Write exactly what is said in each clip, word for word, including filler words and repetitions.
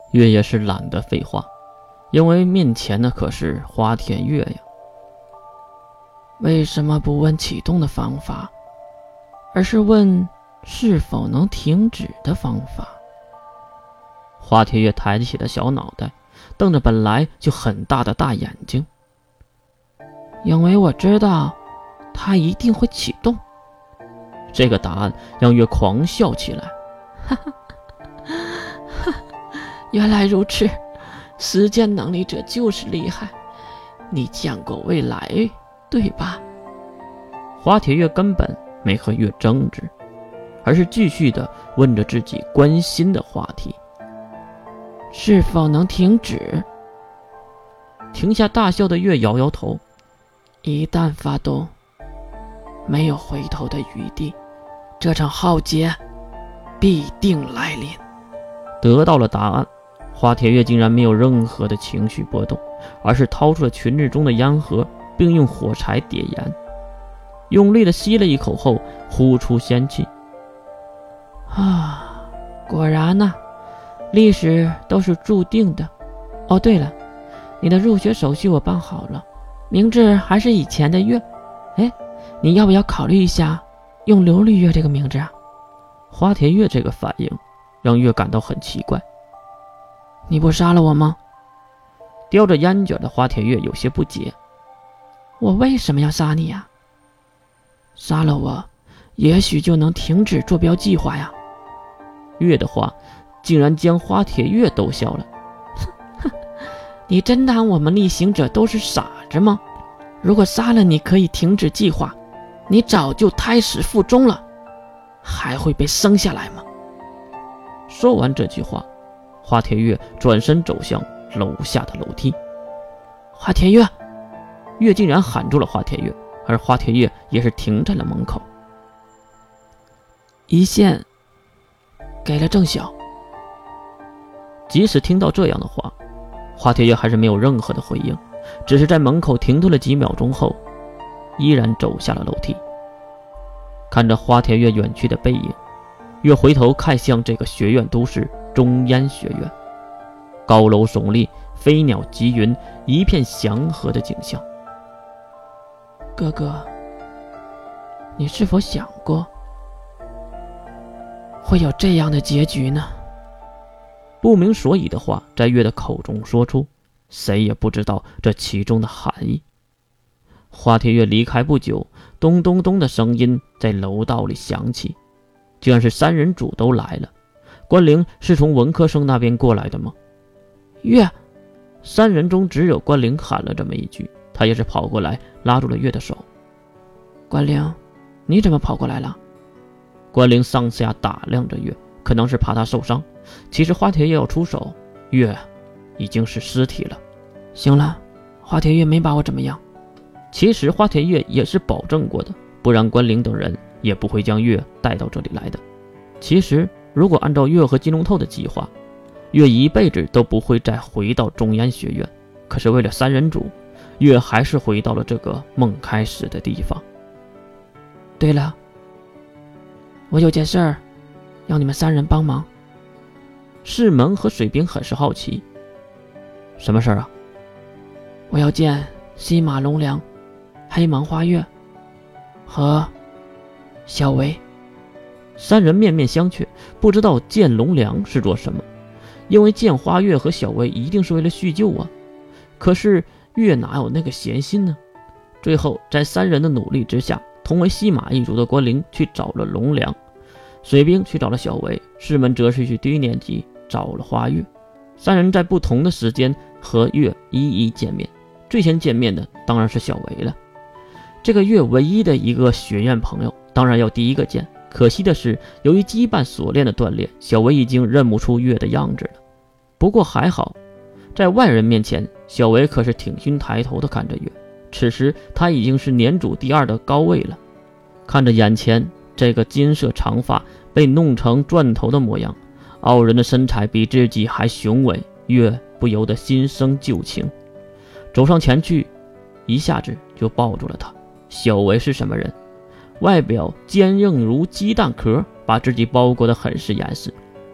月也是懒得废话，因为面前的可是花田月呀。 为什么不问启动的方法，而是问是否能停止的方法？ 花田月抬起了小脑袋，瞪着本来就很大的大眼睛。 因为我知道它一定会启动。 这个答案让月狂笑起来。 哈哈哈，原来如此，时间能力者就是厉害。你见过未来，对吧？ 花田月根本没和月争执，而是继续地问着自己关心的话题： 是否能停止？ 停下大笑的月摇摇头。 一旦发动，没有回头的余地，这场浩劫必定来临。 得到了答案，花田月竟然没有任何的情绪波动，而是掏出了裙子中的烟盒，并用火柴点燃，用力地吸了一口后呼出仙气。 啊，果然呢、啊，历史都是注定的。哦，对了，你的入学手续我办好了，名字还是以前的月。哎，你要不要考虑一下用琉璃月这个名字啊？ 花田月这个反应让月感到很奇怪。 你不杀了我吗？ 叼着烟卷的花田月有些不解。 我为什么要杀你呀？杀了我，也许就能停止坐标计划呀。 月的话竟然将花田月逗笑了。 你真当我们逆行者都是傻子吗？如果杀了你可以停止计划，你早就胎死腹中了，还会被生下来吗？ 说完这句话，花田月转身走向楼下的楼梯。 花田月， 月竟然喊住了花田月，而花田月也是停在了门口。 一线给了郑晓。 即使听到这样的话，花田月还是没有任何的回应，只是在门口停顿了几秒钟后，依然走下了楼梯。看着花田月远去的背影，月回头看向这个学院都市中烟学院，高楼耸立，飞鸟集云，一片祥和的景象。 哥哥，你是否想过会有这样的结局呢？ 不明所以的话在月的口中说出，谁也不知道这其中的含义。花田月离开不久，咚咚咚的声音在楼道里响起，竟然是三人组都来了。关灵是从文科生那边过来的吗？ 月， 三人中只有关灵喊了这么一句，他也是跑过来拉住了月的手。 关灵，你怎么跑过来了？ 关灵上下打量着月，可能是怕他受伤。其实花田月要出手，月已经是尸体了。 行了，花田月没把我怎么样。 其实花田月也是保证过的，不然关灵等人也不会将月带到这里来的。其实如果按照月和金龙透的计划，月一辈子都不会再回到中烟学院，可是为了三人组，月还是回到了这个梦开始的地方。 对了，我有件事儿要你们三人帮忙。 世门和水兵很是好奇。什么事儿啊？ 我要见西马龙良、黑芒花月和小维。 三人面面相觑，不知道见龙良是做什么，因为见花月和小维一定是为了叙旧啊。可是月哪有那个闲心呢？最后在三人的努力之下，同为西马一族的关灵去找了龙良，水兵去找了小维，世门则是去低年级找了花月。三人在不同的时间和月一一见面，最先见面的当然是小维了。这个月唯一的一个学院朋友，当然要第一个见。可惜的是，由于羁绊锁链的断裂，小维已经认不出月的样子了。不过还好，在外人面前，小维可是挺胸抬头的看着月。此时他已经是年主第二的高位了，看着眼前这个金色长发被弄成钻头的模样，傲人的身材比自己还雄伟，月不由得心生旧情，走上前去，一下子就抱住了他。小维是什么人？外表坚硬如鸡蛋壳，把自己包裹得很是严实，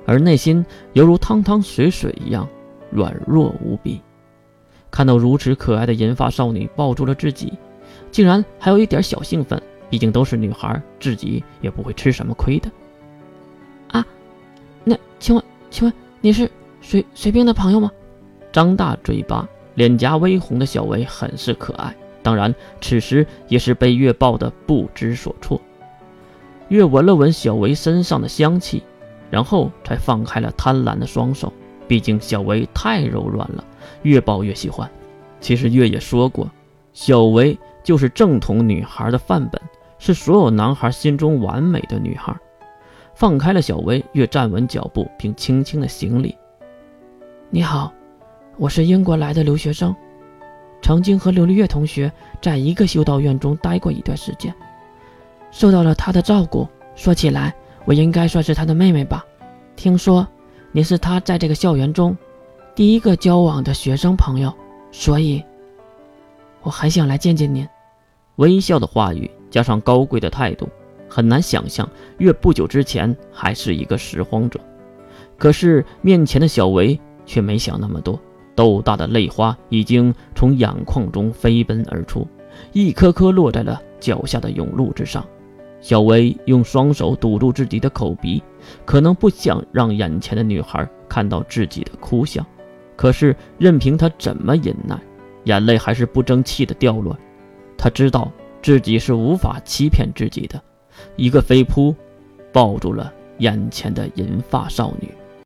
而内心犹如汤汤水水一样软弱无比。看到如此可爱的银发少女抱住了自己，竟然还有一点小兴奋，毕竟都是女孩，自己也不会吃什么亏的。 啊，那请问请问你是水水兵的朋友吗？ 张大嘴巴，脸颊微红的小薇很是可爱，当然此时也是被月抱得不知所措。月闻了闻小薇身上的香气，然后才放开了贪婪的双手，毕竟小薇太柔软了，越抱越喜欢。其实月也说过，小薇就是正统女孩的范本，是所有男孩心中完美的女孩。放开了小薇，月站稳脚步，并轻轻的行礼。 你好，我是英国来的留学生，曾经和刘丽月同学在一个修道院中待过一段时间，受到了她的照顾。说起来，我应该算是她的妹妹吧。听说你是她在这个校园中第一个交往的学生朋友，所以我很想来见见您。 微笑的话语加上高贵的态度，很难想象月不久之前还是一个拾荒者。可是面前的小薇却没想那么多，豆大的泪花已经从眼眶中飞奔而出，一颗颗落在了脚下的甬路之上。小薇用双手堵住自己的口鼻，可能不想让眼前的女孩看到自己的哭相，可是任凭她怎么忍耐，眼泪还是不争气的掉落。她知道自己是无法欺骗自己的，一个飞扑抱住了眼前的银发少女。